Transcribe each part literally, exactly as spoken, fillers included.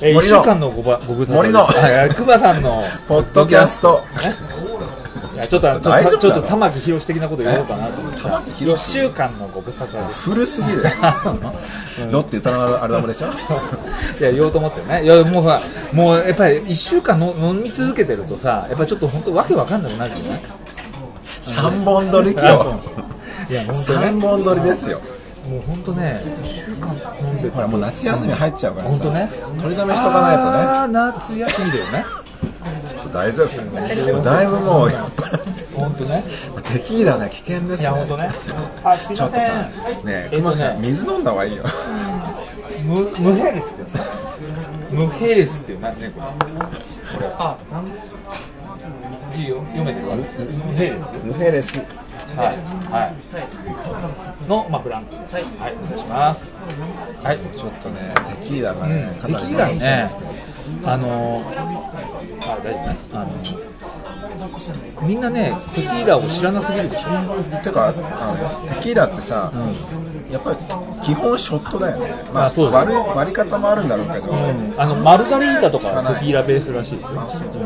えー、いっしゅうかんのごばご無沙汰森のクバさんのポッドキャストいやちょっとちょっとちょっと玉木宏的なこと言おうかなと思って玉木宏いっしゅうかんのご無沙汰です古すぎるロッテ歌のアルバムでしょいや言おうと思ってねいやもうさもうやっぱりいっしゅうかんの飲み続けてるとさやっぱりちょっと本当わけわかんなくなるじゃないさんぼん撮り今日いや本当ねさんぼん撮りですよもう本当ねいっしゅうかん飲んでほらもう夏休み入っちゃうからさ本当ね取りだめしとかないとねああ夏休みだよねちょっと大丈夫だいぶもう本当ねテキーラね危険ですねいや本当ねあすいませんちょっとさねえ熊木さん水飲んだ方がいいよムムヘレスってムヘレスっていう何ねこれこれあ字よ読めてるわムヘレスムヘレスはいはいのまあブランクはいはいお願いしますはいちょっとねテキーラがね、 うん、テキーラねあのあ大丈夫ねあのみんなねテキーラを知らなすぎるでしょてかあのテキーラってさ、うん、やっぱり基本ショットだよねまあ、あ割る割り方もあるんだろうけど、うん、 あのマルガリータとかテキーラベースらしいですよ、うん、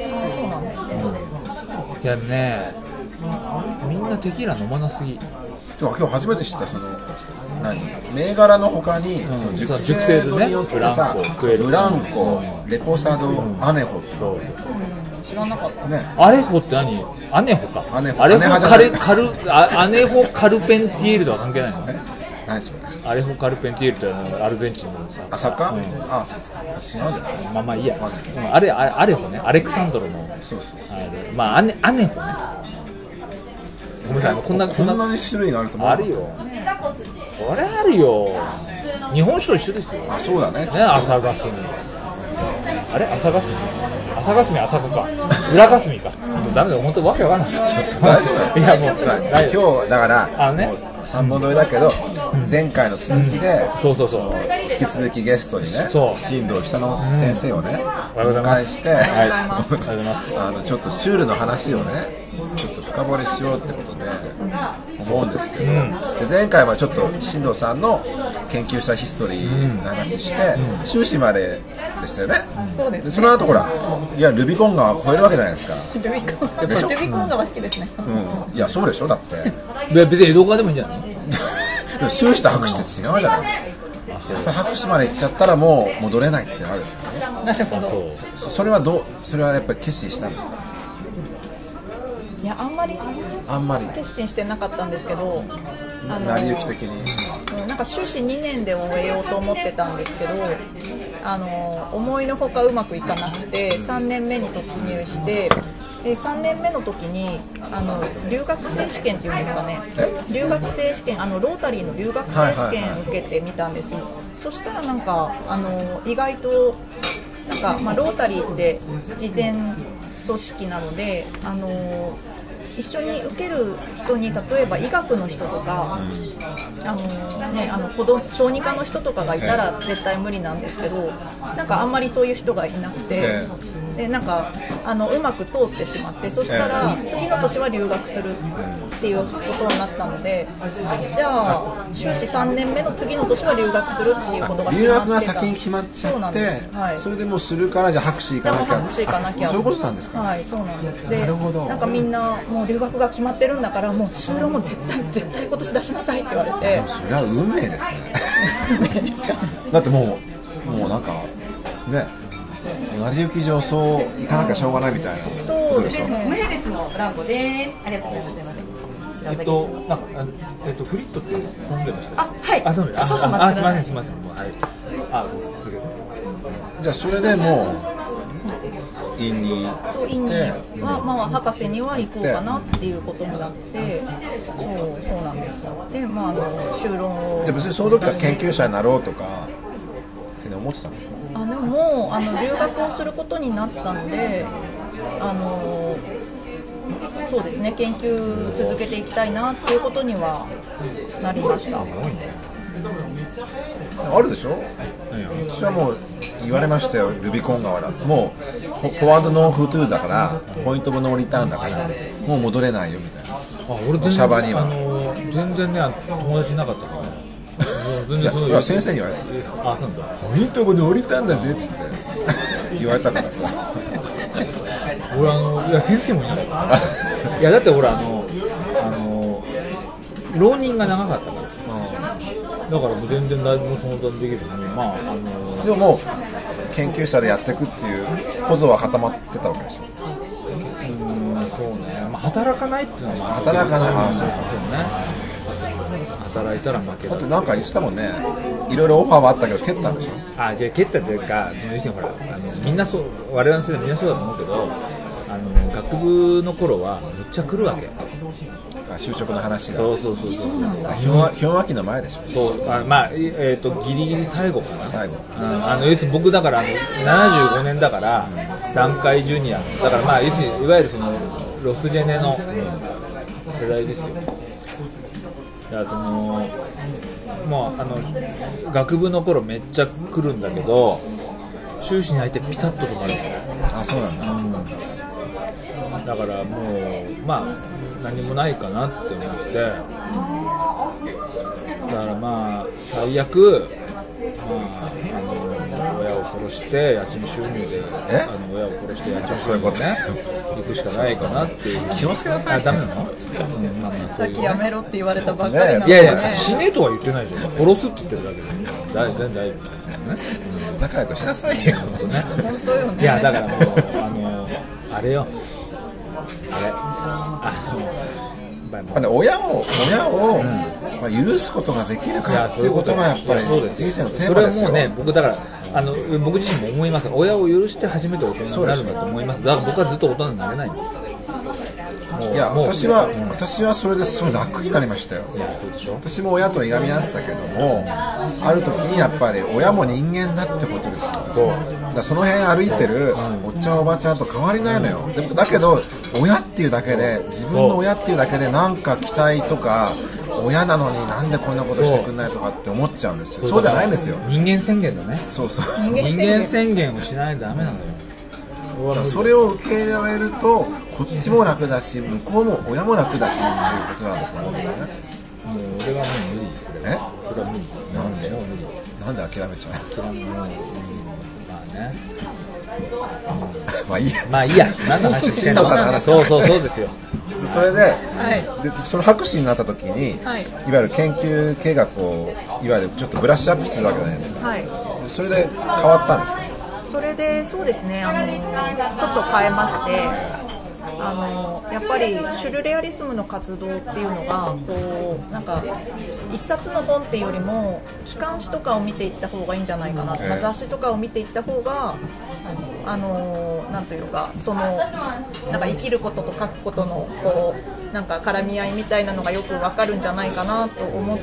いやねみんなテキーラ飲まなすぎ今日初めて知ったその何銘柄の他に、うん、その熟成度によってさ、ね、ブランコ、うん、レポサド、うん、アネホって、うん、 知らなかったねアレホって何アネホかアネホアレホカルカルアネホカルペンティエールとは関係ないのえ何それアレホカルペンティエールってアルゼンチンのさあサッカー、うん、あ違うじゃんまあまあいいや、うん、あれアレホねアレクサンドロのそうそうあれまあアネアネホねごめんなさいこんなこんなに種類があると思うあるよこれあるよ日本酒と一緒ですよあそうだねね朝霞あれ朝霞朝霞朝霞か裏霞かもうダメだよ本当わけわかんないちょっと大丈夫いやもう今日だからあのねさんぼん撮りだけど、うん、前回の続きで、 うん、そうそうそう引き続きゲストにね新藤久野先生をね、 うん、お迎えして、 はい、 あのちょっとシュールの話をねちょっと深掘りしようってことで思うんですけど、うん、で前回はちょっと新藤さんの研究したヒストリーの話して、うん、修士まででしたよね、 そうですね。 でその後ほらいやルビコン川越えるわけじゃないですかルビコンルビコン川好きですね、 うん、いやそうでしょだって別に江戸川でもいいんじゃないの修士と博士って違うじゃない博士まで行っちゃったらもう戻れないってなるんですよね。 なるほど。 それはどうそれはやっぱり決心したんですか。 いやあんまりあんまり決心してなかったんですけど、 あの成り行き的になんか修士にねんで終えようと思ってたんですけど、あの思いのほかうまくいかなくてさんねんめに突入して。でさんねんめの時にあの留学生試験っていうんですかね、留学生試験あのロータリーの留学生試験受けてみたんですよ、はいはいはい、そしたらなんかあの意外となんか、まあ、ロータリーって慈善組織なのであの一緒に受ける人に例えば医学の人とか、うんあのね、あの子供小児科の人とかがいたら絶対無理なんですけどなんかあんまりそういう人がいなくてでなんかあのうまく通ってしまってそしたら次の年は留学するっていうことになったのでじゃあ修士さんねんめの次の年は留学するっていうことが決まってた留学が先に決まっちゃって、はい、それでもうするからじゃあ博士行かなきゃ博士行かなきゃそういうことなんですか。 はいそうなんですでなるほどなんかみんなもう留学が決まってるんだからもう就労も絶対絶対今年出しなさいって言われてでもそれは運命ですね運命ですかだってもうもうなんかね成り行き上そう行かなきゃしょうがないみたいなことでしょ。 ムヘレスのブランコです。ありがとうございます。 えっとなんかえっとフリットって頼んでました。 あはいあ頼んであ少々 あ待ってください。 すみませんすみませんはいあ続けてじゃあそれでもう院にそう院には、まあ、博士には行こうかなっていうことになってそうそうなんですでまああの修論をで別にその時は研究者になろうとかって思ってたんですか。 あでももうあの留学をすることになったのであのそうですね研究続けていきたいなっていうことにはなりました。 あるでしょ。私はもう言われましたよルビコン川だもうフォワードノーフトゥーだからポイントオブノーリターンだからもう戻れないよみたいな。 あ俺全然シャバにはあの全然ね友達いなかったからもう全然そのいや先生に言われた。 あ、そうなんだ。 ポイントも乗りたんだぜっつって言われたからさ。 俺あのいや先生もいない。いやだって俺あのあの浪人が長かったから。だからもう全然誰も相談できるのに、まああのでももう研究者でやっていくっていう補助は固まってたわけでしょ。 うーん、そうね。まあ働かないっていうのは働かない。ああそうか。 そうね。働いたら負けだだってなんか言ってたもんね。いろいろオファーはあったけど蹴ったんでしょ。 あ、じゃあ蹴ったというか、その要するにほらあのみんなそう我々の世代みんなそうだと思うけど、あの学部の頃はむっちゃ来るわけ。 就職の話が。 そうそうそうそう。 氷河期の前でしょ。 そうあまあえっ、ー、とギリギリ最後かな。 最後。 うん、あの要するに僕だからあのななじゅうごねんだから団塊ジュニアだからまあ要するにいわゆるそのロスジェネの世代ですよ。だからそのもうあの学部の頃めっちゃ来るんだけど修士に入ってピタッと止まる。 あ、そうなんだ。うん、 だからもうまあ何もないかなって思ってだからまあ最悪、まあ、あの親を殺して家賃収入であの親を殺して家賃収入でね行くしかないかなっていう。 気をつけなさい。 あ、ダメなの？うんまあまあ、 さっきやめろって言われたばっかりなので、 いやいや死ねとは言ってないじゃん。殺すって言ってるだけで大全然大丈夫ね。 仲良くしなさいよ。 本当よね。 いやだからもうあのあれよあれあのやっぱね、親を親を、うんまあ、許すことができるかっていうことがやっぱり人生のテーマですよ。 それはもうね、僕だからあの僕自身も思います。親を許して初めて大人になるんだと思います。だから僕はずっと大人になれないんです。 いや私は、うん、私はそれですごい楽になりましたよ。いやそうでしょ。私も親といがみ合ってたけども、ある時にやっぱり親も人間だってことですよ。そうだからその辺歩いてるおっちゃんおばちゃんと変わりないのよ。でもだけど親っていうだけで自分の親っていうだけでなんか期待とか親なのになんでこんなことしてくんないとかって思っちゃうんですよ。そうじゃないんですよ。 人間宣言だね。 そうそう。 人間宣言をしないとダメなのよ。 それを受け入れられるとこっちも楽だし向こうも親も楽だしっていうことなんだと思うんだよね。 もう俺はもう無理。 え？ それは無理。 なんで？なんで諦めちゃう？ 諦めもう、うん、まあね。 まあいいや。 まあいいや。何の話してんの？そうそうそうですよ。 それで、はい、でその博士になった時に、はい、いわゆる研究計画をいわゆるちょっとブラッシュアップするわけじゃないですか。はい、それで変わったんですか？ それでそうですね、あのちょっと変えまして、あのやっぱりシュルレアリスムの活動っていうのがこうなんか一冊の本っていうよりも機関誌とかを見ていった方がいいんじゃないかな、えー、雑誌とかを見ていった方があのなんというかそのなんか生きることと書くことのこうなんか絡み合いみたいなのがよくわかるんじゃないかなと思って、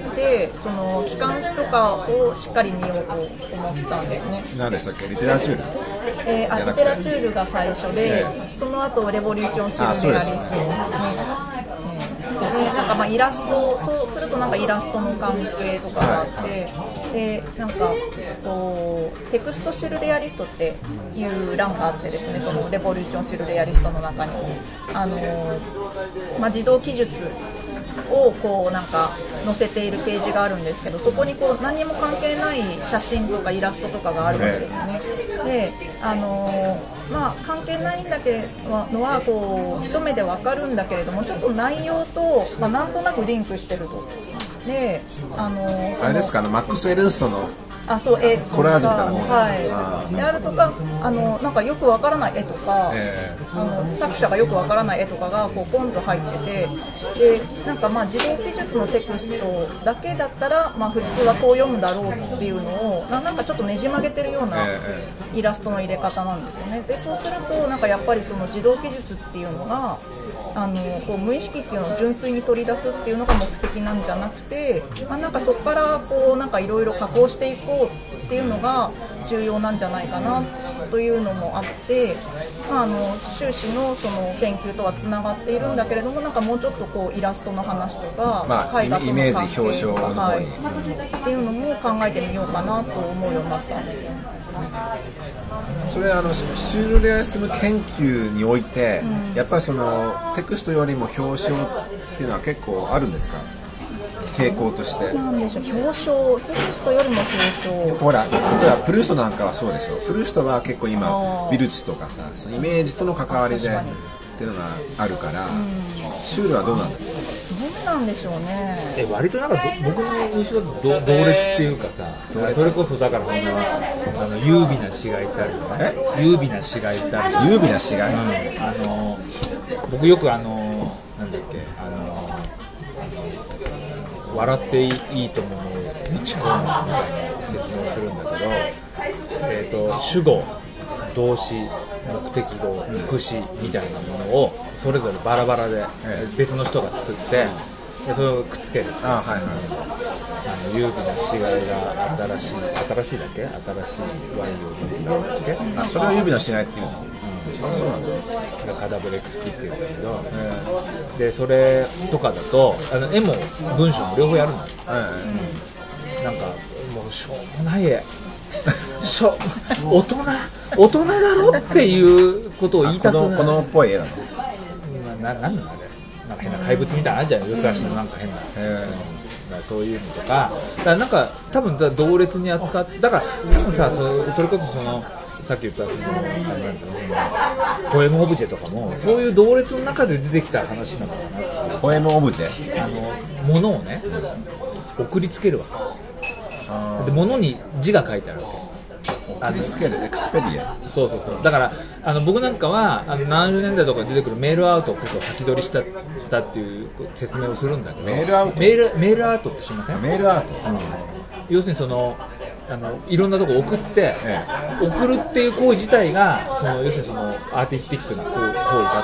その機関誌とかをしっかり見ようと思ったんですね。 何でしたっけ？リテラチュール？ えー、あリテラチュールが最初で、その後レボリューションシルレアリストで、なんかまあイラスト、そうするとなんかイラストの関係とかがあって、でなんかこうテクストシュルレアリストっていう欄があってですね、そのレボリューションシュルレアリストの中にあの、まあ、自動記述をこうなんか載せているページがあるんですけど、そこにこう何にも関係ない写真とかイラストとかがあるわけですよね。で、あのまあ関係ないんだけのはこう一目でわかるんだけれども、ちょっと内容と、まあ、なんとなくリンクしてると。で、あのあれですかね、マックス・エルンストのあそう絵とかコラージュみたいなもの、 はい、であるとかあのなんかよくわからない絵とか、えー、あの作者がよくわからない絵とかがこうポンと入ってて、でなんかまあ自動記述のテクストだけだったら、まあ、普通はこう読むだろうっていうのをななんかちょっとねじ曲げてるようなイラストの入れ方なんですよね。でそうするとなんかやっぱりその自動記述っていうのがあのこう無意識っていうのを純粋に取り出すっていうのが目的なんじゃなくて、まあ、なんかそこからこうなんかいろいろ加工していこうっていうのが重要なんじゃないかなというのもあって、まあ、あの修士のその研究とはつながっているんだけれども、なんかもうちょっとこうイラストの話とか、 まあ、 絵画とのイメージ表彰の方に、 はい、っていうのも考えてみようかなと思うようになったんですよ。 それはあのシュルレアリスム研究において、うん、やっぱりそのテクストよりも表彰っていうのは結構あるんですか？ 傾向として。 なんでしょう、表彰、プルーストよりも表彰。 ほら、例えばプルーストなんかはそうでしょ。プルーストは結構今美術とかさ、そのイメージとの関わりでっていうのがあるから、シュールはどうなんですか。 どうなんでしょうね。 え割となんか僕の印象だと同列っていうかさ、それこそだからそのあの優美な死骸ってあるよね。優美な死骸ってある。 優美な死骸、うん、 あの僕よくあのなんだっけあの笑っていいと思ういちコーナーみたいな説明をするんだけど、えーと主語、動詞、目的語、副詞みたいなものをそれぞれバラバラで別の人が作ってでそれをくっつける。 あ、はいはい、 あの優美な死骸が新しい新しいだっけ新しいワインを飲んだんだっけ。 あ、それを優美な死骸っていうの。うん、あ、そうなんだ。 カダブレクスキっていうんだけど、でそれとかだとあの絵も文章も両方やるんだよ、うん、なんかもうしょうもない絵しょ大人大人だろっていうことを言いたくない。 子供っぽい絵なの。 ななんなのあれ。なんか変な怪物みたいなのあるじゃない、昔のなんか変な、うん、そういうのとか、だからなんか多分だ同列に扱って、だから多分さ そ, それこそそのさっき言ったそのポエムオブジェとかもそういう同列の中で出てきた話なのかな。 ポエムオブジェ、 あの物をね送りつけるわけで、物に字が書いてあるわけ。 送りつけるエクスペディア。 そうそうそう。だからあの僕なんかはあのななじゅうねんだいとかで出てくるメールアウトを結構先取りしただっていう説明をするんだけど、 メールアウトメールメールアウトって知りません？ メールアウト、 うん、要するにそのあのいろんなとこ送って、ええ、送るっていう行為自体がその要するにそのアーティスティックな行為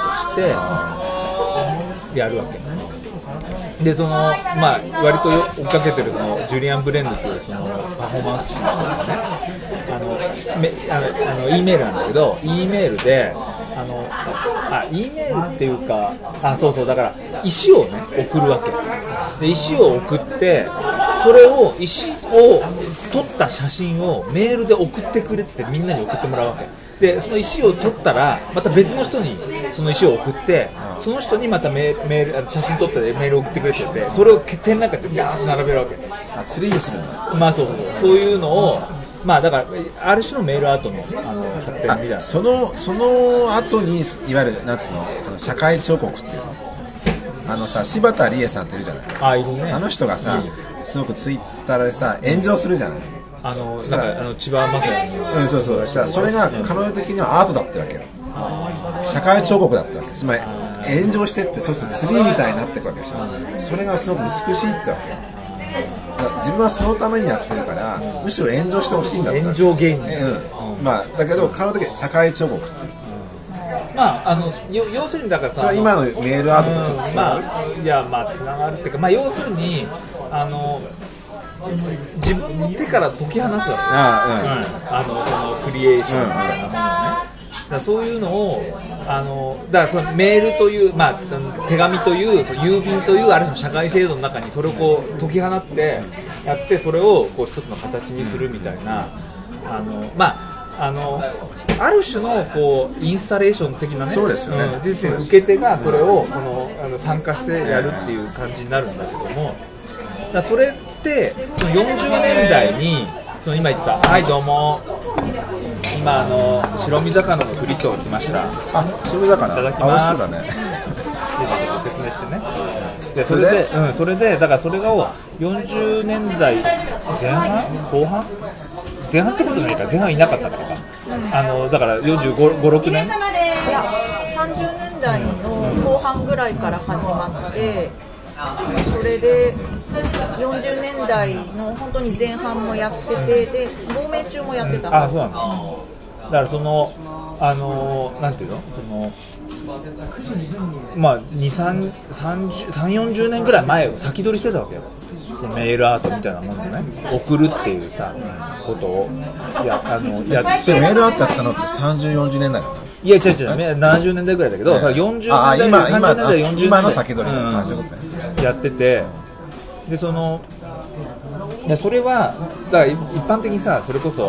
だとしてやるわけ。でそのまあ割と追っかけてるのジュリアン・ブレンドというそのパフォーマンス師の人がね、あのめあのあの E メールなんだけど E メールであのあ E メールっていうかあそうそうだから石をね送るわけで、石を送ってそれを石を撮った写真をメールで送ってくれってみんなに送ってもらうわけで、その石を撮ったらまた別の人にその石を送ってその人にまたメール写真撮ったでメールを送ってくれって言ってそれを展覧会でビャーッと並べるわけ。 あ、ツリーにするんだ。 まあそうそうそう、そういうのをまあだからある種のメールアートのあの発展みたいな。 そのその後にいわゆるなんつうのあの社会彫刻っていうのあのさ柴田理恵さんっているじゃない。 あ、いるね。 あの人がさすごくツイッターでさ炎上するじゃない。 あのなんかあの千葉雅也の、 うん、そうそう。それが彼女的にはアートだったわけよ。社会彫刻だったわけ。つまり炎上してってそうするとツリーみたいになっていくわけでしょ。それがすごく美しいってわけ。自分はそのためにやってるからむしろ炎上してほしいんだった。 炎上芸人、 うん、まあだけど彼女的に社会彫刻って、 まああの要するにだからさ、 それは今のメールアートとちょっとつながる、 まあ、いやまあつながるっていうか、まあ要するにあの自分の手から解き放すわけ。あ、うん、あのそのクリエーションみたいなものをね、だそういうのをあのだからそのメールという、まあ、手紙というその郵便というある種の社会制度の中にそれをこう解き放ってやってそれをこう一つの形にするみたいな、あのまああのある種のこうインスタレーション的なね、 そうですよね、 うん、受け手がそれをこのあの参加してやるっていう感じになるんだけども、だそれってそのよんじゅうねんだいにその今言ったはいどうも今あの白身魚のフリットが来ました。 あ、白身魚。 いただきます。 あ、美味しそうだね。 ちょっと説明してね。でそれで、うん、それでだからそれがをよんじゅうねんだい前半後半前半ってことないから前半いなかったからか。あのだからよんじゅうご、ろくねん。いやさんじゅうねんだいの後半ぐらいから始まって。それでよんじゅうねんだいの本当に前半もやってて、で亡命中もやってた。 あ、そうなんだ。だからそのあのなんていうのそのまあに、さん、さんじゅう、さんじゅう、よんじゅうねんぐらい前を先取りしてたわけよ。そのメールアートみたいなものをね送るっていうさことをやあのやってメールアートやったのってさんじゅう、よんじゅうねんだいなの。 いや違う違うななじゅうねんだいぐらいだけど、えー、よんじゅうねんだい、 今、 さんじゅうねんだい、よんじゅうねんだい今の先取りの話だね。 やってて、でそのいやそれはだから一般的にさそれこそ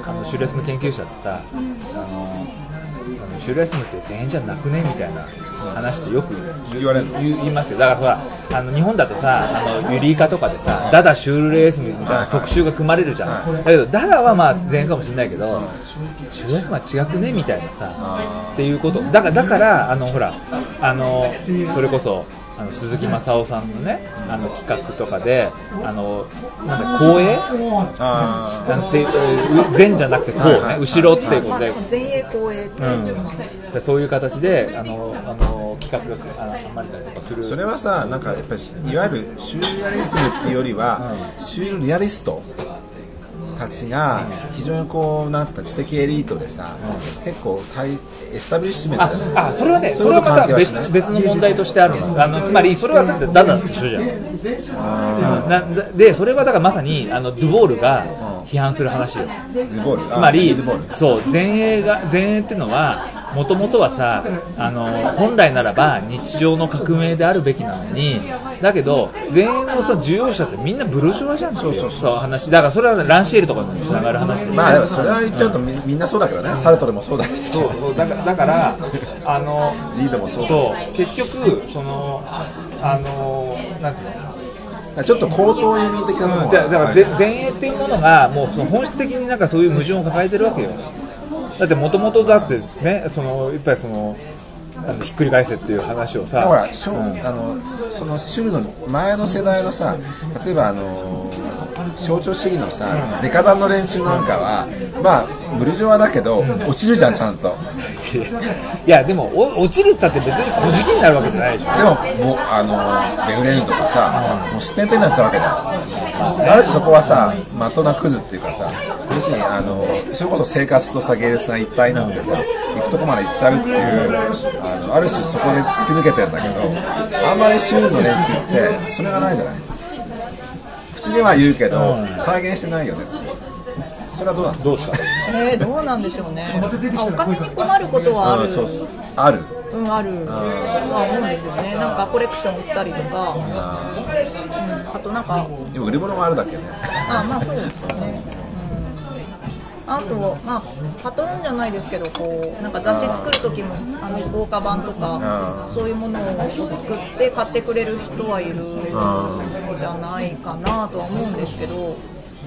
あのシューレアリスム研究者ってさ、あのシューレアリスムって前衛じゃなくねみたいな話ってよく言われるの言いますよ。だからほらあの日本だとさ、あのユリイカとかでさ、ダダシューレアリスムみたいな特集が組まれるじゃん。だけどダダはまあ前衛かもしれないけど、シューレアリスムは違くねみたいなさっていうこと。だからだからあのほらあのそれこそ。あの鈴木正夫さんのね、あの企画とかで、あのなんだ後衛なんて、えー、前じゃなくて後ね、はい、後ろっていうことで、 前衛後衛って、 うん、でそういう形であのあの企画があのまれたりとかする。 それはさ、なんかやっぱりいわゆるシュールリアリスムっていうよりは、うん、シュールリアリストたちが非常にこうなった知的エリートでさ、うん、結構エスタブリッシュメントだね。 ああ、それはね、それはまた 別, 別の問題としてあるの。あのつまりそれはだってダダと一緒じゃん。あなでそれはだからまさにあのドゥボールが批判する話よ。 ドゥボールつまりそう前衛が前衛っていうのはもともとはさ、あの本来ならば日常の革命であるべきなのに、だけど前衛のさ重要者ってみんなブルジョワじゃんっていう、そうそうそう話だから、それはランシエルとかにつながる話で、 まあでもそれは言っちゃうと み,、うん、みんなそうだけどね、サルトルもそうだし、 そうそうだからだからあのジードもそうだし、 そう結局そのあのなんていうのちょっと高等移民的なものが、 うん、だから前衛っていうものがもうその本質的になんかそういう矛盾を抱えてるわけよ。だってもともとだってね、そのやっぱりそのあのひっくり返せっていう話をさ、 ほら、うん、あのそのシュルの前の世代のさ、例えばあの象徴主義のさ、うん、デカダンの連中なんかは、まあブルジョワだけど、うん、落ちるじゃんちゃんと。 いやでも落ちるったって別に小じきになるわけじゃないでしょ。 でももうあのベフレーヌとかさ、うん、もう失点点になっちゃうわけだよ。ある種そこはさ、まっとうなクズっていうかさ、要するにあのそれこそ生活とさ芸術がいっぱいなんでさ、行くとこまで行っちゃうっていう、あのある種そこで突き抜けてるんだけど、あんまりシュールの連中ってそれがないじゃない。口では言うけど、うん、体現してないよね。それはどうなんですか。 どうですか。 えー、どうなんでしょうね。あ、お金に困ることはある。 うん、そうそうある。 うん、ある。まあ思うんですよね。なんかコレクション売ったりとか、あ,、うん、あとなんかでも売り物があるだけね。 あ、まあそうですよね。うん、あとまあパトロンじゃないですけど、こうなんか雑誌作る時もあの豪華版とかそういうものを作って買ってくれる人はいるんじゃないかなとは思うんですけど、うん、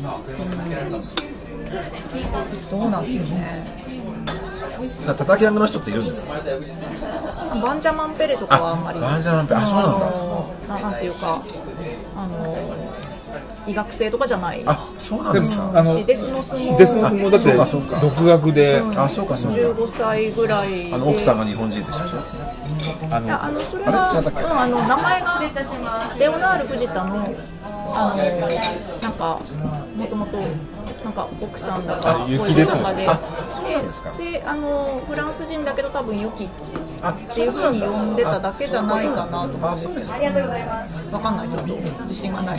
どうなんですね。 叩き上げの人っているんですか。 バンジャマンペレとかはあんまり、 バンジャマンペレ、あ、そうなんだ。 な, なんていうかあの医学生とかじゃない。 あ、そうなんですか。 あのデスノスもデスノスもだって独学で、 うん、 あ、そうかそうか。 じゅうごさいぐらいで、 あの奥さんが日本人でしょ。 あの、いや、あのそれはあれ、うん、あの名前がレオナール藤田のあのなんかもともとなんか奥さんだか雪ですかで、 あ、そうなんですか。 で、あのフランス人だけど多分ユキっていう風に呼んでただけじゃないかなと思うんですけど、わかんない、ちょっと自信がない。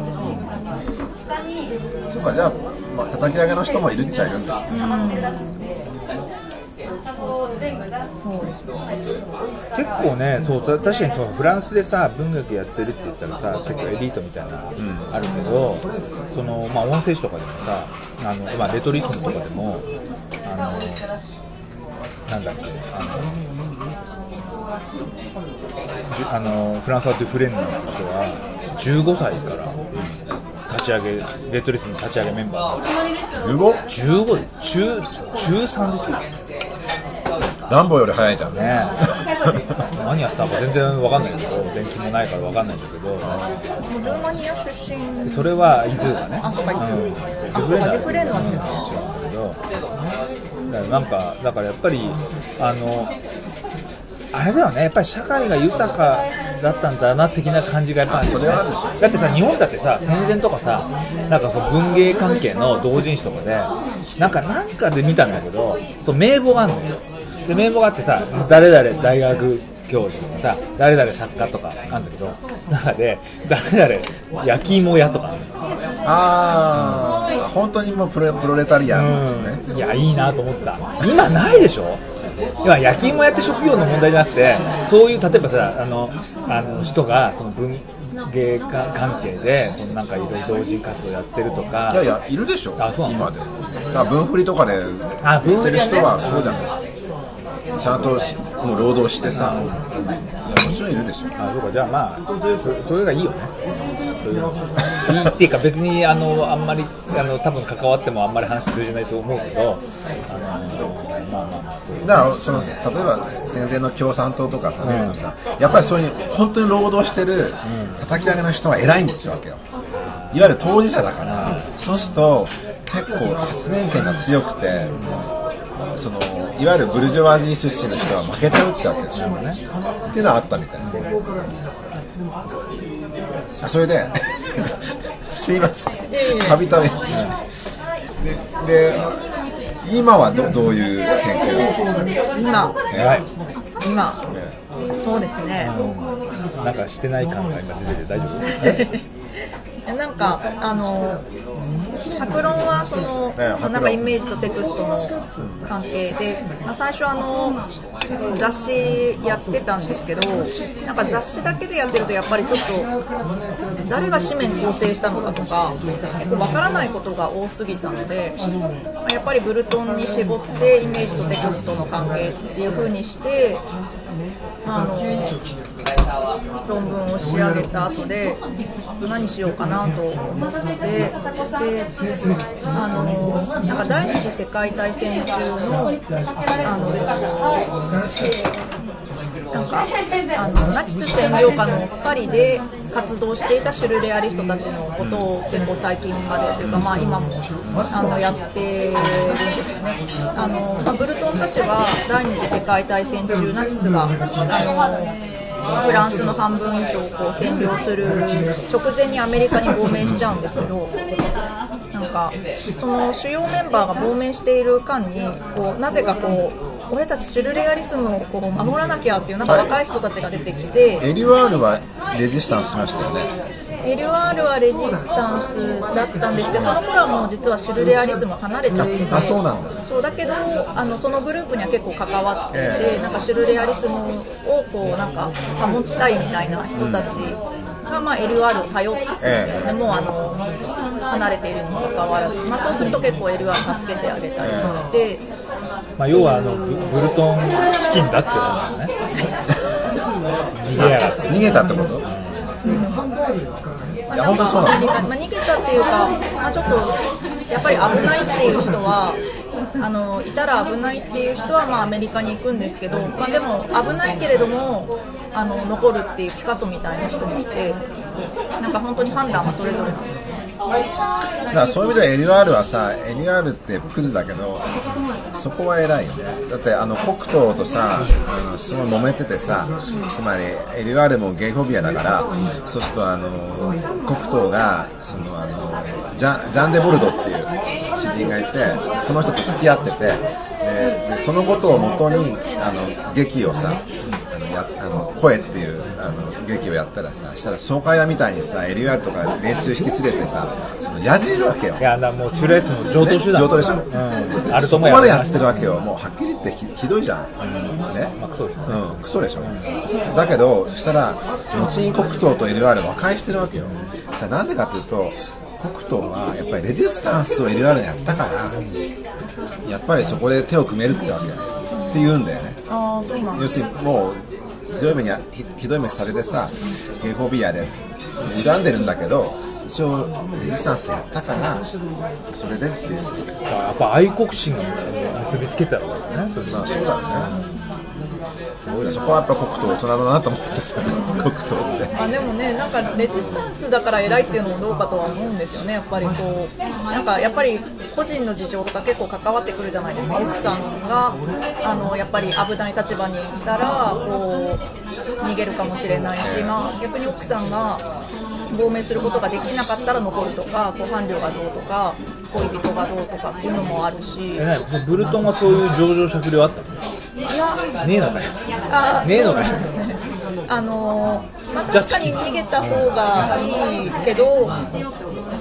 そうか、じゃあ、まあ、叩き上げの人もいるっちゃいるんです。 結構ね、そう確かにそうフランスでさ文学やってるって言ったらさ結構エリートみたいな、うん、あるけど、そのまあ音声誌とかでもさ、あのまあレトリズムとかでもあのなんだっけあのあのフランソワ・デュ・フレンヌの人はじゅうごさいから立ち上げレトリズム立ち上げメンバー。じゅうご？じゅうごで中中さんですよ。 ランボーより早いじゃんね。何やってたのか全然わかんないけど、電気もないからわかんないんだけど。 ルーマニア出身。 それはイズーがね。 あ、そうか、イズー。 デュフレーヌは違うんだけど、だからなんかだからやっぱりあのあれだよね、やっぱり社会が豊かだったんだな的な感じがやっぱり、ね、 それはあるでしょ。 だってさ、日本だってさ、戦前とかさ、なんかそう文芸関係の同人誌とかでなんかなんかで見たんだけど、そう名簿があるのよ。で名簿があってさ、誰々大学教授とかさ、誰々作家とかあるんだけど、中で誰々焼き芋屋とかあるの。 あー、うん、本当にもうプロ、プロレタリアンね、 うん、いやいいなと思ってた。今ないでしょ。今焼き芋やって職業の問題じゃなくて、そういう例えばさ、あのあの人がその文芸関係でそのなんかいろいろ同人活動やってるとか。 いやいやいるでしょ。 あ、そう今でも。だから分振りとかでやってる人はそうだね。ちゃんともう労働してさ、いやもちろんいるでしょ。 あ、そうか、じゃあまあ そ, それがいいよね。そういうのいいっていうか別にあのあんまりあの多分関わってもあんまり話通じないと思うけど、あのまあまあだからその例えば戦前の共産党とかさ、見るとさ、やっぱりそういう本当に労働してる叩き上げの人は偉いんですよわけよ。いわゆる当事者だから、そうすると結構発言権が強くて。そのいわゆるブルジョワジー出身の人は負けちゃうってわけですよね。っていうのはあったみたいですね。あ、それですいません、たびたびでで今は ど, どういう選挙なんですか。 今、 えー、今、えー、そうですね、 うん、なんかしてない感が今出てて大丈夫ですか。 なんかあの白論はその、ね、なんかイメージとテクストの関係で、まあ、最初あの雑誌やってたんですけど、なんか雑誌だけでやってるとやっぱりちょっと誰が紙面構成したのかとか結構わからないことが多すぎたので、まあ、やっぱりブルトンに絞ってイメージとテクストの関係っていう風にしてあの論文を仕上げた後で何しようかなと思ってであのなんか第二次世界大戦中のあのなんかあのナチス占領下のパリで活動していたシュルレアリストたちのことを結構最近までというか、まあ、今もあのやってるんですよね。あの、まあ、ブルトンたちは第二次世界大戦中ナチスがあのフランスの半分以上をこう占領する直前にアメリカに亡命しちゃうんですけど、なんかその主要メンバーが亡命している間にこうなぜかこう俺たちシュルレアリスムをこう守らなきゃっていうなんか若い人たちが出てきて、 エリュアールはレジスタンスしましたよね。 エリュアールはレジスタンスだったんですけど、その頃はもう実はシュルレアリスム離れちゃってて、 あ、そうなんだ。 そうだけどあのそのグループには結構関わっていて、えー、なんかシュルレアリスムをこうなんか保ちたいみたいな人たちが、まあ、エリュアールを頼って、えー、もうあの離れているにもかかわらず、まあ、そうすると結構エリュアール助けてあげたりして、えーまあ、要はあの ブ, ブルトンチキンだってことだよね。逃げやがって逃げたってこと、いや本当そうなんです。 まあ、逃げたっていうか、まあ、ちょっとやっぱり危ないっていう人はあのいたら危ないっていう人はまあアメリカに行くんですけど、まあ、でも危ないけれどもあの残るっていうピカソみたいな人もいて、なんか本当に判断はそれぞれなんです。 だからそういう意味ではエリュアールはさ、エリュアールってクズだけどそこは偉いよね。だってあの黒糖とさあのすごい揉めててさ、つまりエリュアールもゲイフォビアだから、そうするとあの黒糖がそのあのジャン、ジャン・デ・ボルドっていう詩人がいて、その人と付き合ってて、ででそのことをもとにあの劇をさあのやあの声っていうあの劇をやったらさ、したら爽快屋みたいにさエリュアールとか連中引き連れてさ、そのやじるわけよ。 いやだもうシュレースの上等手段、 ね、上等でしょ、うん、あるともやそこまでやってるわけよ。もうはっきり言って ひ, ひどいじゃん、うんね、まあ、クソですね、うん、クソでしょ、うん、だけどしたら後に黒糖とエリュアールは和解してるわけよ。さあなんでかっていうと、黒糖はやっぱりレジスタンスをエリュアールにやったから、やっぱりそこで手を組めるってわけって言うんだよね。 あ、そうなんだ。 要するにもうひどい目に ひ, ひどい目されてさ、ゲイフォビアで恨んでるんだけど、一応レジスタンスやったからそれでっていう、 やっぱ愛国心が結びつけたらね。 まあそうだよね。そこはやっぱ黒糖大人だなと思ってさ、黒糖って。 あでもね、なんかレジスタンスだから偉いっていうのもどうかとは思うんですよね。やっぱりこうなんかやっぱり個人の事情とか結構関わってくるじゃないですか。奥さんがあのやっぱり危ない立場にいたらこう逃げるかもしれないし、まあ、逆に奥さんが亡命することができなかったら残るとか、ご伴侶がどうとか恋人がどうとかっていうのもあるし。 えブルトンはそういう情状酌量あったの？ いやねえのかよ。あねえのかよ。 あのーまあ、確かに逃げた方がいいけど、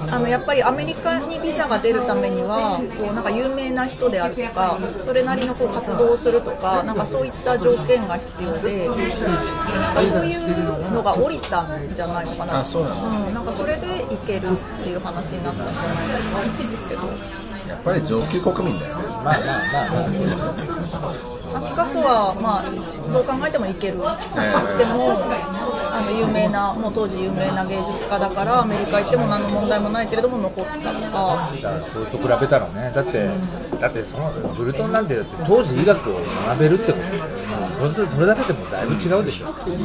あのやっぱりアメリカにビザが出るためにはこうなんか有名な人であるとかそれなりのこう活動をするとかなんかそういった条件が必要でなんかそういうのが降りたんじゃないのかな。 あ、そうなんだ。 うん、なんかそれで行けるっていう話になったんじゃないかと思うんですけど、 やっぱり上級国民だよね。 まあまあまあまあ、 ピカソはまあどう考えても行ける、 えでもあの有名なもう当時有名な芸術家だからアメリカ行っても何の問題もないけれども残ったとか。 だからそれと比べたらね、だって、うん、だってそのブルトンなんてだって当時医学を学べるってことそれ、それだけでもだいぶ違うでしょ。うん、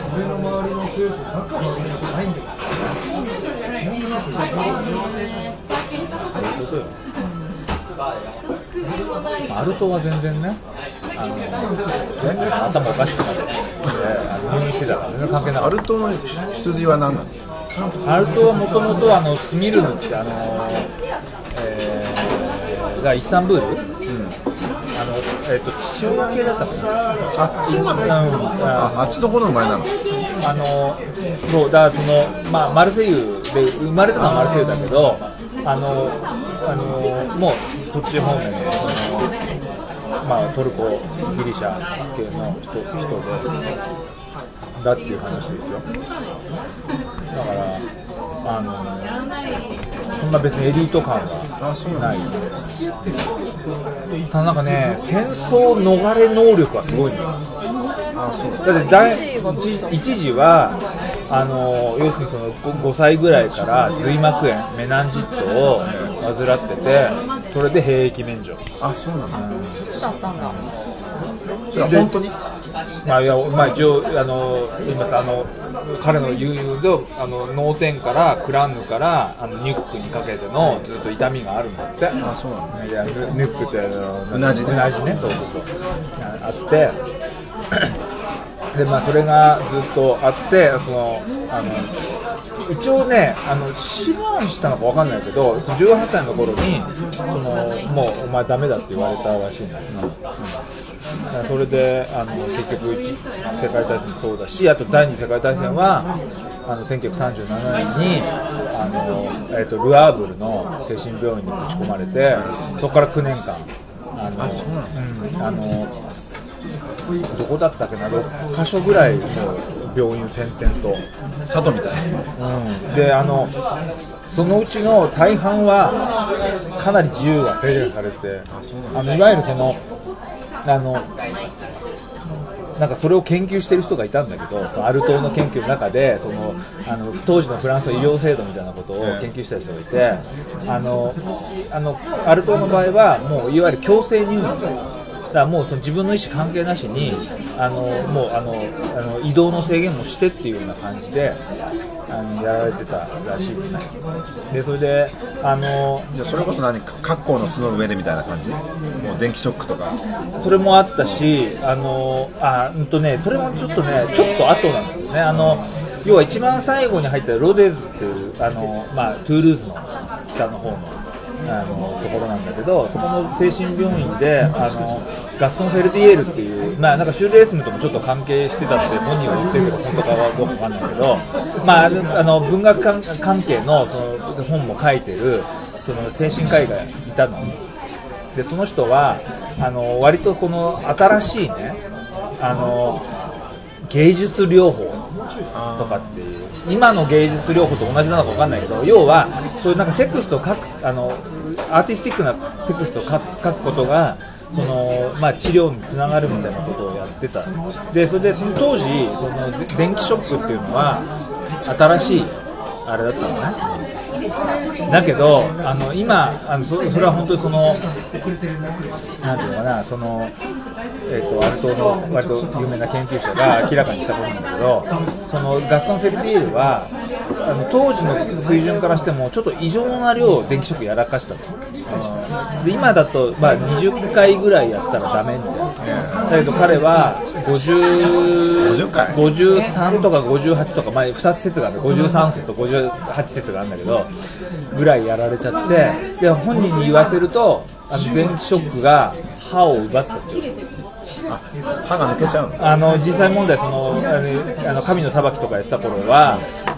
アルトは全然ね、あの頭おかしくなって入院してたから全然関係なかった。 アルトの出自は何なの？ アルトはもともとあのスミルヌってあの、えー、がイスタンブール、うん、あのえっ、ー、と父親系だったかな。 あ、そうなんだ。あ、あっちの方の生まれなの。 あのそうだそのまあマルセイユで生まれたのはマルセイユだけど、あのあのもうそっち方面のまあトルコギリシャ系の人人でだっていう話ですよ。だからあのそんな別にエリート感はない。ただなんかね戦争逃れ能力はすごいんだよ。 あ、そうだって第一時はあの要するにその 5, ごさいぐらいから髄膜炎メナンジットを患っててそれで兵役免除。 あ、そうなんだ、うん、 そうだったんだ。 それは本当にまあ、いやまあ一応あの今あの彼の言うとあの脳天からクランヌからあのニュックにかけてのずっと痛みがあるんだって。 あ、そうなんだ。 いやニュックってあのうなじねうなじねそうそうそうあってでまあそれがずっとあってそのあの一応ねあの志願したのか分かんないけどじゅうはっさいの頃にそのもうお前ダメだって言われたらしいんだけど、うん、それであの結局世界大戦もそうだしあと第二次世界大戦はあのせんきゅうひゃくさんじゅうななねんにあの、えー、とルアーブルの精神病院にぶち込まれてそこからきゅうねんかんあのあ、そうなんだ、 うん、あのどこだったっけなろっかしょぐらいの病院を転々と佐渡みたい、 うん、であのそのうちの大半はかなり自由が制限されてあのいわゆるそのあのなんかそれを研究している人がいたんだけどそのアルトーの研究の中でそのあの当時のフランスの医療制度みたいなことを研究した人がいてあのあのアルトーの場合はもういわゆる強制入院だからもうその自分の意思関係なしにあのもうあのあの移動の制限もしてっていうような感じであのやられてたらしいですね。でそれであのじゃあそれこそ何格好の巣の上でみたいな感じもう電気ショックとかそれもあったしあのあうんとねそれもちょっとねちょっと後なんですよね。あの要は一番最後に入ったロデーズっていうあの、まあ、トゥールーズの北の方のあのところなんだけどそこの精神病院であのガストン・フェルディエールっていう、まあ、なんかシュールレースムともちょっと関係してたって本人は言ってるけど本当かはどうかわかんないけど、まあ、あの文学関係 の, その本も書いてるその精神科医がいたのでその人はあの割とこの新しいねあの芸術療法とかっていう今の芸術療法と同じなのか分かんないけど要はそういうなんかテクストを書くあのアーティスティックなテクストを書く、書くことがその、まあ、治療につながるみたいなことをやってたでそれでその当時その電気ショックっていうのは新しいあれだったのね。だけどあの今あの そ, それは本当にそのなんていうのかなその、えー、とアルトの割と有名な研究者が明らかにしたことなんだけどそのガストン・フェルディエールはあの当時の水準からしてもちょっと異常な量電気ショックやらかしたとで今だと、まあ、にじゅっかいぐらいやったらダメみたいなだけど彼はごじゅう ごじゅうさんとかごじゅうはちとか、まあ、ふたつ説があるごじゅうさん説とごじゅうはち説があるんだけどぐらいやられちゃってで本人に言わせるとあの電気ショックが歯を奪ったっていうあ歯が抜けちゃうのあの実際問題そのあの神の裁きとかやってた頃は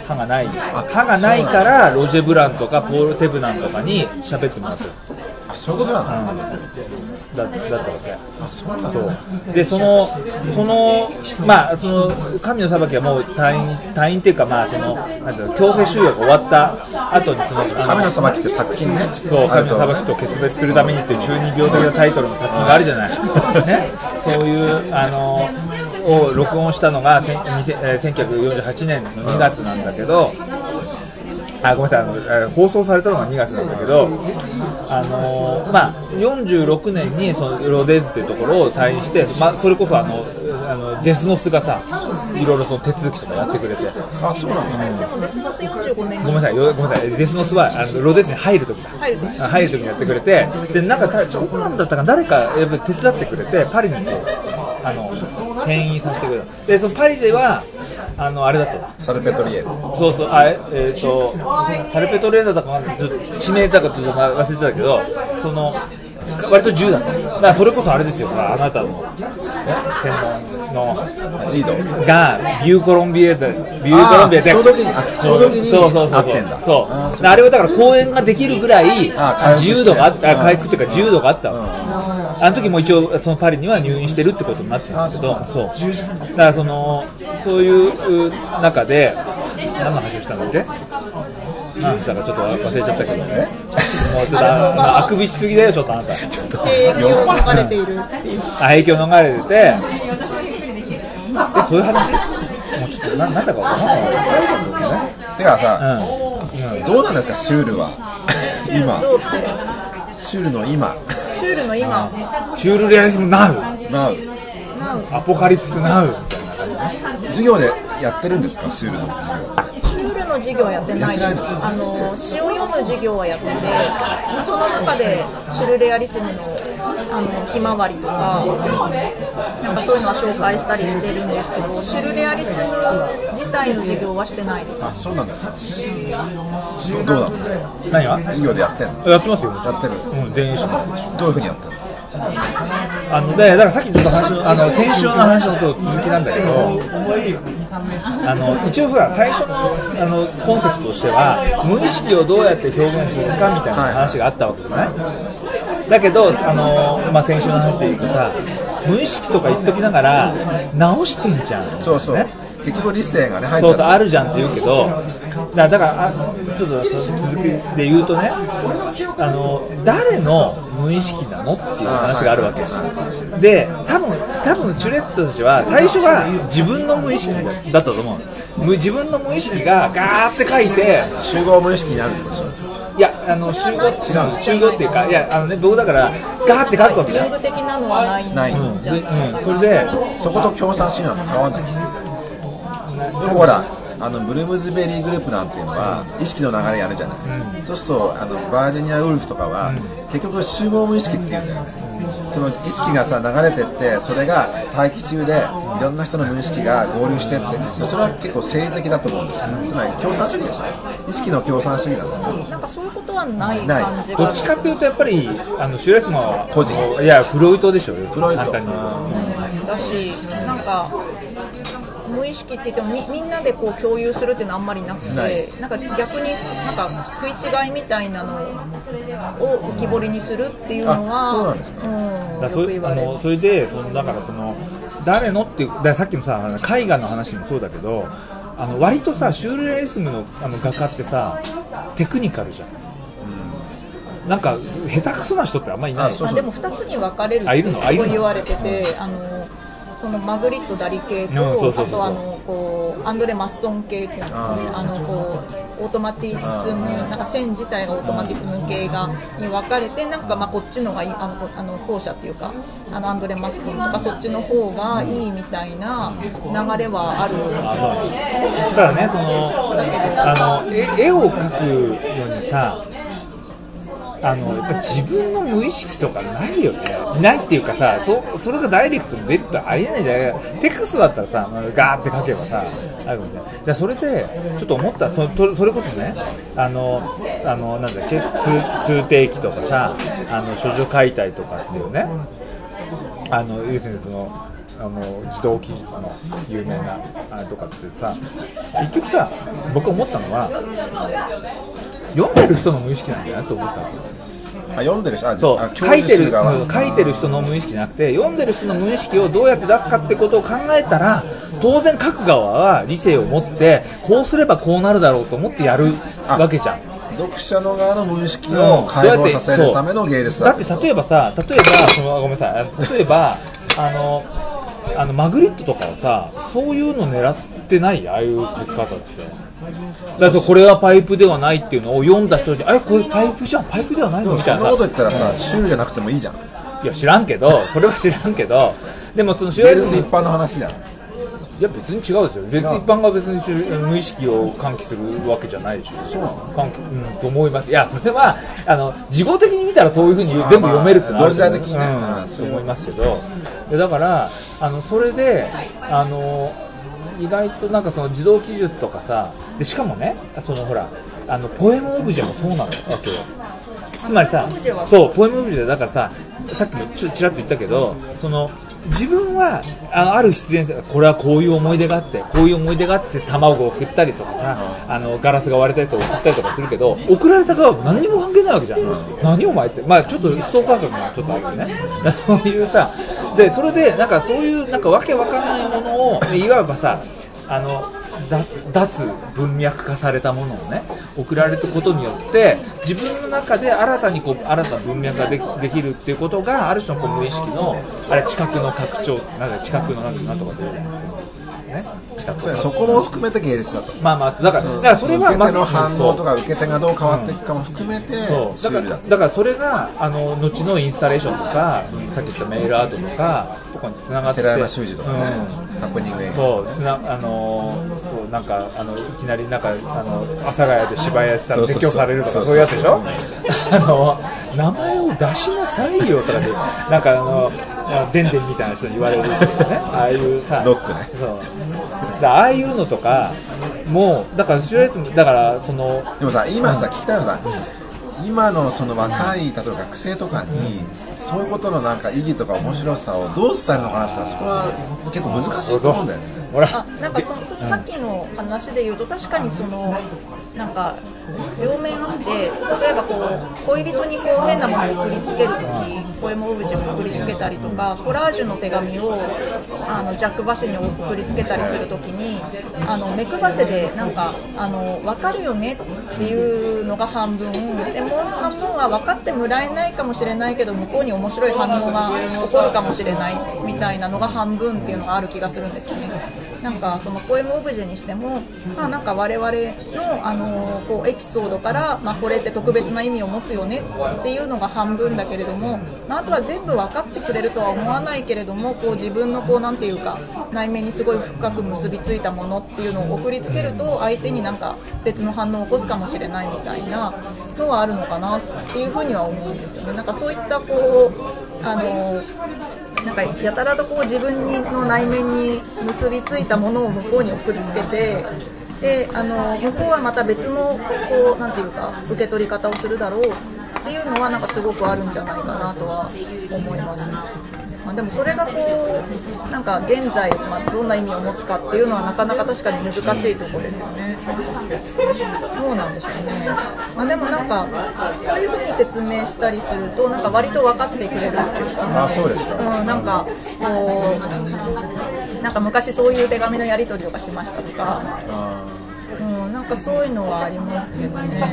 歯がない歯がないからロジェ・ブランとかポール・テブナンとかに喋ってもらってる。 あ、そういうことなの、うん、 だ, だったわけ。 あ、そうなんだ。 そうでそのそのまあその神の裁きはもう退院退院っていうか、まあそのなんていうの、強制収容が終わった後にその神の裁きって作品ね。 そう神の裁きと決別するためにっていう中二病的なタイトルの作品があるじゃない。ね、そういうあのを録音したのがせんきゅうひゃくよんじゅうはちねんのにがつなんだけど。あ、ごめんなさい、あの放送されたのがにがつなんだけど、あのーまあ、よんじゅうろくねんにそのロデーズというところを退院して、まあ、それこそあのあのデスノスがさ、いろいろその手続きとかやってくれて。 あ、そうなんだ、 うん、でもデスノスよんじゅうごねんにごめんなさい、ごめんなさい、デスノスはあのロデーズに入るときだ入る時入るときにやってくれて、でなんかどこなんだったか誰かやっぱり手伝ってくれてパリにこうあの転院させてくれた。でそのパリではあのあれだったのサルペトリエル。 そうそう、あええー、とサルペトレーナだったかな、地名だかちょっと忘れてたけど、その割と自由だったの。だからそれこそあれですよ、あなたの専門のジードがビューコロンビエでビューコロンビエでちょうどにちょうどに合ってんだ。 そうあ, あれはだから公演ができるぐらい自由度があった、回復っていうか自由度があったの。あの時も一応そのパリには入院してるってことになってるんですけど、そうだからそのそういう中で何の話をしたんだっけ？何の話だかちょっと忘れちゃったけど、もうちょっとあくびしすぎだよちょっとあなた。 影響を逃れているっていう。 あ、影響を逃れてて、でそういう話？もうちょっとななんだか分からないですよね。 てかさ、 うんうん、 どうなんですかシュールは今シュールの今シュールの今シュールレアリズムナウナウアポカリプスナウみたいな授業でやってるんですかシュールの授業。 シュールの授業はやってないです。あの詩を読む授業はやってて、まあ、その中でシュルレアリスムのあのひまわりとかなんかそういうのは紹介したりしてるんですけど、シュルレアリスム自体の授業はしてないです。 あ、そうなんですか。どうなの？ 何が？ 授業でやってんの？ やってますよ。 やってる。 うん、全員します。 どういうふうにやってるの？ あのでだからさっきちょっと話のあの先週の話の続きなんだけど、あの一応さ最初のあのコンセプトとしては無意識をどうやって表現するかみたいな話があったわけですね。だけどあの、まあ、先週の話で言うとさ、無意識とか言っときながら直してんじゃん。 そうそう。ね、結局理性がね入っちゃう。 そうそうあるじゃんって言うけど、だからあちょっと続きで言うとね、あの誰の無意識なのっていう話があるわけです。で多分多分チュレットたちは最初は自分の無意識だったと思う。自分の無意識がガーって書いて集合無意識になるってことですか？ いやあの集合違う集合っていうか、いやあのね僕だからガーって書くわけじゃん。 道具的なのはないない、 うんうん、それでそこと共産主義は変わらないですよ。でもほらあのブルームズベリーグループなんていうのは意識の流れやるじゃない、うん、そうするとあのバージニアウルフとかは、うん、結局集合無意識っていうんだよね、うん、その意識がさ流れてってそれが大気中でいろんな人の無意識が合流してってそれは結構政治的だと思うんですよ。つまり共産主義でしょ。意識の共産主義なんだよ。 なんかそういうことはない感じが。 どっちかっていうとやっぱりあのシュレスマは個人いやフロイトでしょ。 フロイト簡単に、うん、 だしなんか無意識って言っても み, みんなでこう共有するっていうのはあんまりなくて、なんか逆になんか食い違いみたいなのを浮き彫りにするっていうのはそうなんですか、 うん、 だそれあのそれでそのだからその誰のっていうださっきのさ絵画の話もそうだけどあの割とさシュールレアリスム の, あの画家ってさテクニカルじゃん。なんか下手くそな人ってあんまりいない。 あそうそうあでもふたつに分かれるってすごい言われてて、あのそのマグリット・ダリ系と、うん、そうそうそうそうあとあのこうアンドレ・マッソン系っていうんですかね、あのこうオートマティスムなんか線自体がオートマティスム系がに分かれて、なんかまあこっちのがいいあのあの後者っていうかあのアンドレ・マッソンとかそっちの方がいいみたいな流れはあるんですよ。 だからねそのあの絵, 絵を描くのにさあのやっぱ自分の無意識とかないよね。ないっていうかさ そ, それがダイレクトに出るとありえないじゃないか。テクストだったらさガーって書けばさあるみたいな。それでちょっと思った そ, それこそねあのあのなんだっけ通定期とかさあの処女解体とかっていうねあの要するにそのあの自動記述の有名なあれとかってさ、結局さ僕思ったのは読んでる人の無意識なんだよなと思ったわけ。 あ読んでる人、あそうあ書いてる側書いてる人の無意識じゃなくて、読んでる人の無意識をどうやって出すかってことを考えたら、当然書く側は理性を持ってこうすればこうなるだろうと思ってやるわけじゃん。 読者の側の無意識を解放させるための芸術だ。 だって例えばさ、例えばそのごめんなさい、例えばあのあのマグリットとかはさ、そういうの狙ってない、ああいう書き方って。だからこれはパイプではないっていうのを読んだ人に、えこれパイプじゃん、パイプではないのみたいな。 そんなこと言ったらさ、シュールじゃなくてもいいじゃん。 いや知らんけど、それは知らんけど、でもその芸術一般の話じゃん。 いや別に違うですよ。別に一般が別に無意識を喚起するわけじゃないでしょ。そう喚起、うん、と思います。いやそれはあの自己的に見たらそういうふうに全部読めるってのはあると思う、 まあ、同時代的にね、 うん、そう思いますけど、だからあのそれであの意外となんかその自動記述とかさ、でしかもね、そのほらあのポエムオブジェもそうなのわけよ。つまりさ、そうポエムオブジェだからさ、さっきもちょっとちらっと言ったけど、その自分はあのある必然性、これはこういう思い出があってこういう思い出があって卵を送ったりとかさ、あのガラスが割れたやつを送ったりとかするけど、送られた側は何にも関係ないわけじゃん、うん、何お前って、まあちょっとストーカー感がちょっとあるよねそういうさ、でそれでなんかそういうなんかわけわかんないものをいわばさ、あの脱, 脱文脈化されたものをね送られることによって自分の中で新たにこう新たな文脈が で, できるっていうことがある種のこう無意識のあれ知覚の拡張、なんか知覚のなんとかでね、 そ, そこも含めて芸術だと。 まあまあだからだからそれは受け手の反応とか受け手がどう変わっていくかも含めてシュールだと。 だからそれがあの後のインスタレーションとか、さっき言ったメールアートとかとかにつながって、 寺山修司とかね、 うん、 ハプニング映画、 そうつなあのそうなんかあのいきなりなんかあの阿佐ヶ谷で芝居やってたら説教されるとかそういうやつでしょ。あの名前を出しなさいよとかでなんかあのでんでんみたいな人に言われるっていうね、ああいうさロックね、 そうだああいうのとかもうだからだからそのでもさ今さ、うん、聞きたいのはさ、うん、今のその若い例えば学生とかに、うん、そういうことのなんか意義とか面白さをどう伝えるのかなって、そこは結構難しいと思うんだよね。 あなんかそそさっきの話で言うと確かにそのなんか両面あって、例えばこう恋人にこう変なものを送りつけるとき、ポエムオブジェを送りつけたりとか、コラージュの手紙をあのジャック・バセに送りつけたりするときに、あの目配せでなんかあの分かるよねっていうのが半分で、もう半分は分かってもらえないかもしれないけど向こうに面白い反応が起こるかもしれないみたいなのが半分っていうのがある気がするんですよね。なんかそのポエムオブジェにしても、まあ、なんか我々の、あのこうエピソードから、まあ、これって特別な意味を持つよねっていうのが半分だけれども、まあ、あとは全部分かってくれるとは思わないけれども、こう自分のこうなんていうか内面にすごい深く結びついたものっていうのを送りつけると、相手になんか別の反応を起こすかもしれないみたいなのはあるのかなっていうふうには思うんですよね。なんかそういったこうあのなんかやたらとこう自分の内面に結びついたものを向こうに送りつけて、であの向こうはまた別のこうなんていうか受け取り方をするだろうっていうのはなんかすごくあるんじゃないかなとは思います、ね。まあ、でもそれがこうなんか現在、まあ、どんな意味を持つかっていうのはなかなか確かに難しいところですよね。そうなんですよね。まあ、でもなんかそういうふうに説明したりするとなんか割と分かってくれるっていうか、 あ、そうですか。 うん、なんかこうなんか昔そういう手紙のやり取りとかしましたとか、うん、なんかそういうのはありますけどね。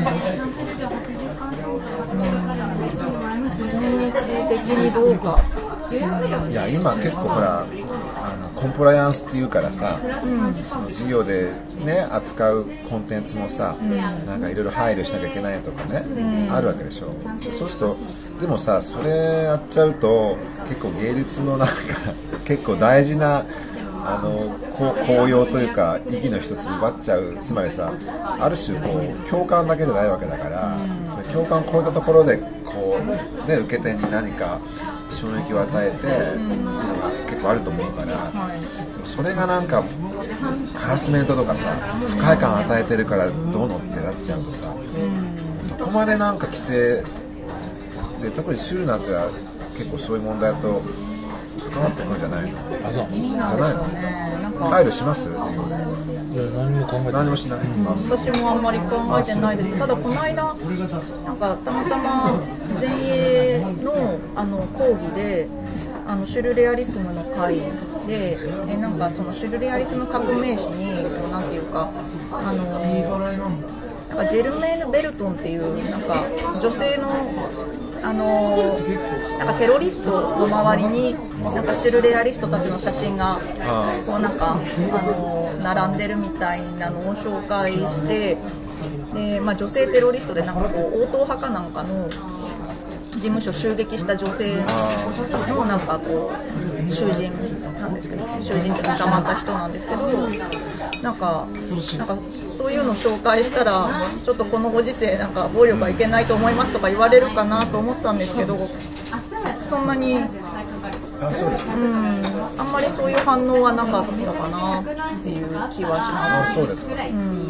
うん、現実的にどうか。 いや今結構ほらあのコンプライアンスっていうからさ、うん、その授業でね扱うコンテンツもさ、うん、なんかいろいろ配慮しなきゃいけないとかね、うん、あるわけでしょ。そうするとでもさ、それやっちゃうと結構芸術のなんか結構大事なあの効用というか意義の一つ奪っちゃう。つまりさ、ある種こう共感だけじゃないわけだから、うん、その共感を超えたところでこう、ね、受け手に何か衝撃を与えてっていうのが結構あると思うから、それがなんかハラスメントとかさ不快感を与えてるからどうのってなっちゃうとさ、どこまでなんか規制で、特にシュールなんては結構そういう問題と深関わってくるんじゃないの？ あ、そう。 じゃないの？ なんか配慮します授業で？ いや、何も考えてない。 何もしない、うん、 私もあんまり考えてないです。ただこの間なんかたまたま前衛のあの講義であのシュルレアリスムの会でえなんかそのシュルレアリスム革命史にこうなんていうかあのなんかジェルメーヌ・ベルトンっていうなんか女性のあのなんかテロリストの周りになんかシュルレアリストたちの写真がこうなんかあの並んでるみたいなのを紹介してで、まあ、女性テロリストでなんかこう応答派かなんかの事務所襲撃した女性のなんかこう囚人なんですけど囚人で捕まった人なんですけどなんかなんかそういうのを紹介したらちょっとこのご時世なんか暴力はいけないと思いますとか言われるかなと思ったんですけどそんなにあそうですか、 うん、あんまりそういう反応はなかったかなっていう気はします。 あそうですか、 うん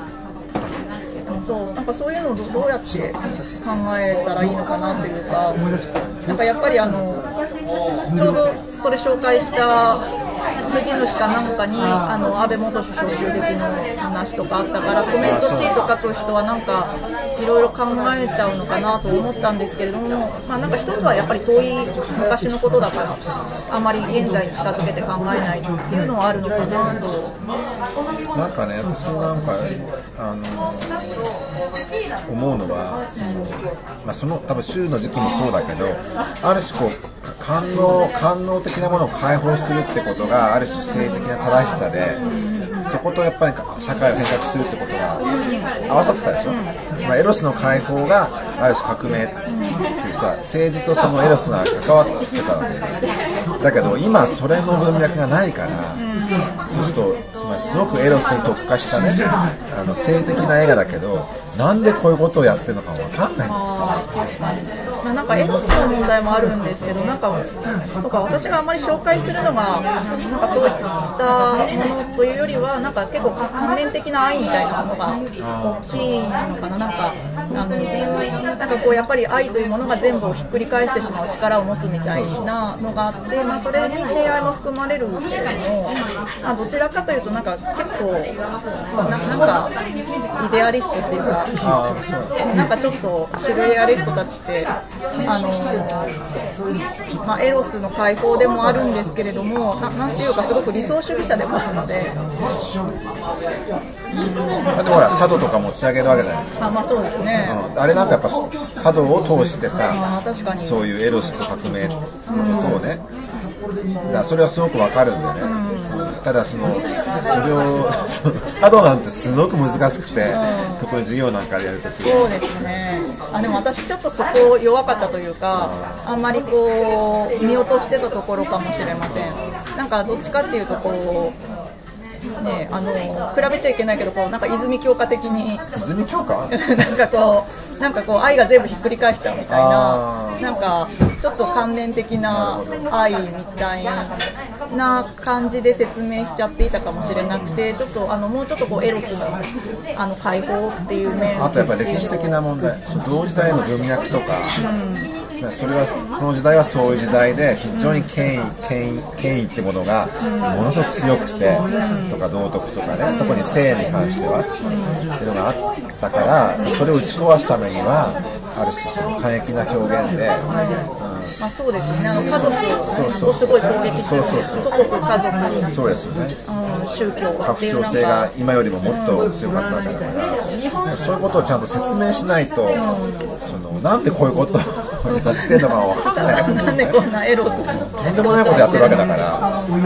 そうなんかそういうのをどうやって考えたらいいのかなっていうかなんかやっぱりあのちょうどそれ紹介した次の日かなんかにあの安倍元首相襲撃の話とかあったからコメントシート書く人はなんかいろいろ考えちゃうのかなと思ったんですけれども、まあ、なんか一つはやっぱり遠い昔のことだからあまり現在に近づけて考えないっていうのはあるのかなと。 なんかね私なんかあの思うのはその、まあ、その多分週の時期もそうだけどある種こう官能官能的なものを解放するってことがある種性的な正しさでそことやっぱり社会を変革するってことが合わさってたでしょ、つまりエロスの解放がある種革命っていうさ政治とそのエロスが関わってたわけだけど今それの文脈がないからそうするとつまりすごくエロスに特化したねあの性的な映画だけどなんでこういうことをやってるのか分かんないんだよ。 あ確かに、まあ、なんかエロスの問題もあるんですけどなんかそうか私があんまり紹介するのがなんかそういったものというよりはなんか結構関連的な愛みたいなものが大きいのかな。なんかあのなんかこうやっぱり愛というものが全部をひっくり返してしまう力を持つみたいなのがあって、まあ、それに性愛も含まれるけれども、まあ、どちらかというとなんか結構 な, なんかイデアリストっていうかあそうなんかちょっとシュルレアリストたちってあの、まあ、エロスの解放でもあるんですけれども な, なんていうかすごく理想主義者でもあるので、 うん、でもほら佐渡とか持ち上げるわけじゃないですか。 あ、まあそうですね、 うん、あれなんかやっぱ佐渡を通してさあ確かにそういうエロスと革命ってことをねだからそれはすごくわかるんだよね、うん、ただそのそれをその佐渡なんてすごく難しくて、うん、特に授業なんかでやるときそうですね。あでも私ちょっとそこ弱かったというかあんまりこう見落としてたところかもしれません。なんかどっちかっていうとこうね、あの比べちゃいけないけどこうなんか泉鏡花的に泉鏡花なんかこうなんかこう愛が全部ひっくり返しちゃうみたいななんかちょっと関連的な愛みたいな感じで説明しちゃっていたかもしれなくてちょっとあのもうちょっとこうエロスのあの解放っていう面あとやっぱり歴史的な問題同時代の文脈とか、うんそれはこの時代はそういう時代で非常に権威、権威、権威ってものがものすごく強くてとか道徳とかね特に性に関してはっていうのがあったからそれを打ち壊すためにはある種その過激な表現で、うんまあ、そうですよねあの家族をすごい攻撃する祖国家族そうですよね、 うん、宗教家父長制が今よりももっと強かったわけだから、うん、そういうことをちゃんと説明しないと、うん、そのなんでこういうことをやってるのか分かんない、 ね、なんでこんなエロスとんでもないことやってるわけだから、うん、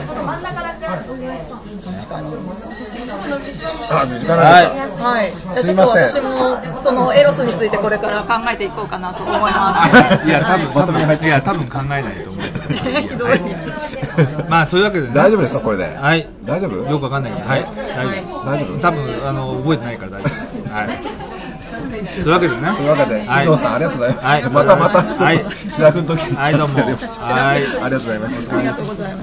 あ、時間が出た、 はい、 すいません私もそのエロスについてこれから考えていこうかなと思いますいや多分多分いや多分考えないと思うひどいまあというわけで、ね、 大丈夫ですかこれで、 はい、 大丈夫よくわかんないけど、はい、 大丈夫多分あの覚えてないから大丈夫はいというわけでね。 というわけで、進藤さん、ありがとうございます。 はい、 またまた、ちょっと、白くの時に、 はい、どうも。 はい、ありがとうございます。 ありがとうございます。